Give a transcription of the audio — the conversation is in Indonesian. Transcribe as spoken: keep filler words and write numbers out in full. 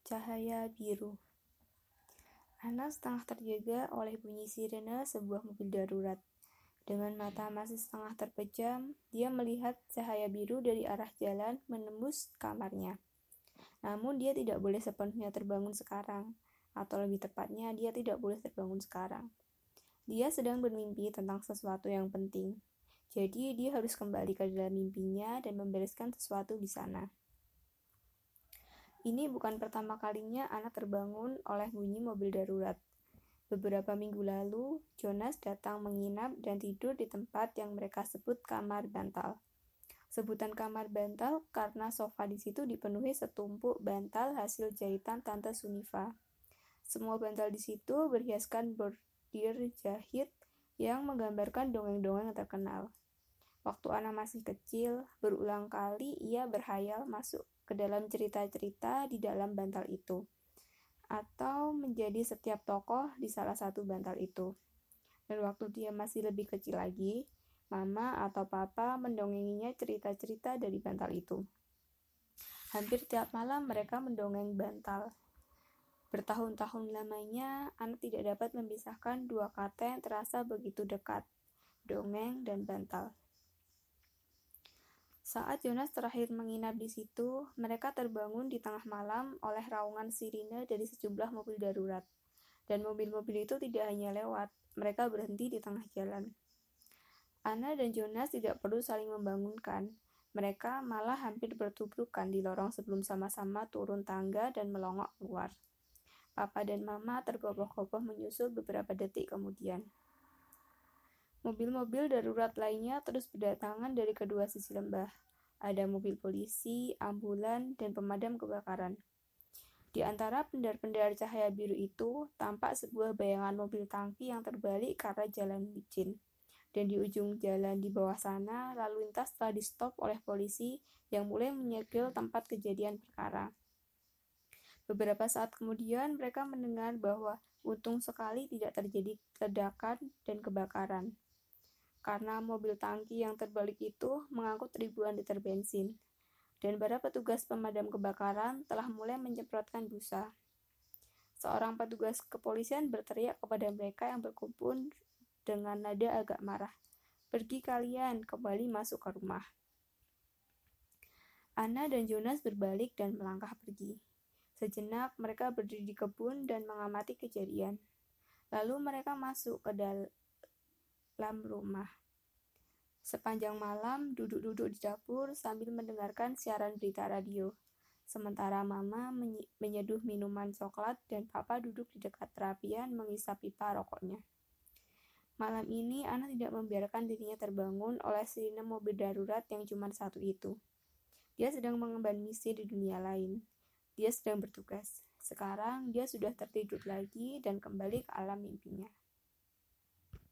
Cahaya biru. Ana setengah terjaga oleh bunyi sirene sebuah mobil darurat. Dengan mata masih setengah terpejam, dia melihat cahaya biru dari arah jalan menembus kamarnya. Namun dia tidak boleh sepenuhnya terbangun sekarang, atau lebih tepatnya dia tidak boleh terbangun sekarang. Dia sedang bermimpi tentang sesuatu yang penting. Jadi dia harus kembali ke dalam mimpinya dan membereskan sesuatu di sana. Ini bukan pertama kalinya Ana terbangun oleh bunyi mobil darurat. Beberapa minggu lalu, Jonas datang menginap dan tidur di tempat yang mereka sebut kamar bantal. Sebutan kamar bantal karena sofa di situ dipenuhi setumpuk bantal hasil jahitan Tante Suniva. Semua bantal di situ berhiaskan bordir jahit yang menggambarkan dongeng-dongeng terkenal. Waktu Ana masih kecil, berulang kali ia berhayal masuk ke dalam cerita-cerita di dalam bantal itu, atau menjadi setiap tokoh di salah satu bantal itu. Dan waktu dia masih lebih kecil lagi, mama atau papa mendongenginya cerita-cerita dari bantal itu. Hampir tiap malam mereka mendongeng bantal. Bertahun-tahun lamanya, Ana tidak dapat memisahkan dua kata yang terasa begitu dekat, dongeng dan bantal. Saat Jonas terakhir menginap di situ, mereka terbangun di tengah malam oleh raungan sirine dari sejumlah mobil darurat. Dan mobil-mobil itu tidak hanya lewat, mereka berhenti di tengah jalan. Ana dan Jonas tidak perlu saling membangunkan. Mereka malah hampir bertubrukan di lorong sebelum sama-sama turun tangga dan melongok keluar. Papa dan Mama tergopoh-gopoh menyusul beberapa detik kemudian. Mobil-mobil darurat lainnya terus berdatangan dari kedua sisi lembah. Ada mobil polisi, ambulan, dan pemadam kebakaran. Di antara pendar-pendar cahaya biru itu, tampak sebuah bayangan mobil tangki yang terbalik karena jalan licin. Dan di ujung jalan di bawah sana, lalu lintas telah di-stop oleh polisi yang mulai menyegel tempat kejadian perkara. Beberapa saat kemudian, mereka mendengar bahwa untung sekali tidak terjadi ledakan dan kebakaran. Karena mobil tangki yang terbalik itu mengangkut ribuan liter bensin, dan para petugas pemadam kebakaran telah mulai menyemprotkan busa. Seorang petugas kepolisian berteriak kepada mereka yang berkumpul dengan nada agak marah, "Pergi kalian, kembali masuk ke rumah." Ana dan Jonas berbalik dan melangkah pergi. Sejenak mereka berdiri di kebun dan mengamati kejadian. Lalu mereka masuk ke dalam dalam rumah. Sepanjang malam, duduk-duduk di dapur sambil mendengarkan siaran berita radio. Sementara Mama menyeduh minuman coklat dan Papa duduk di dekat perapian mengisap pipa rokoknya. Malam ini, Ana tidak membiarkan dirinya terbangun oleh sirine mobil darurat yang cuma satu itu. Dia sedang mengemban misi di dunia lain. Dia sedang bertugas. Sekarang, dia sudah tertidur lagi dan kembali ke alam mimpinya.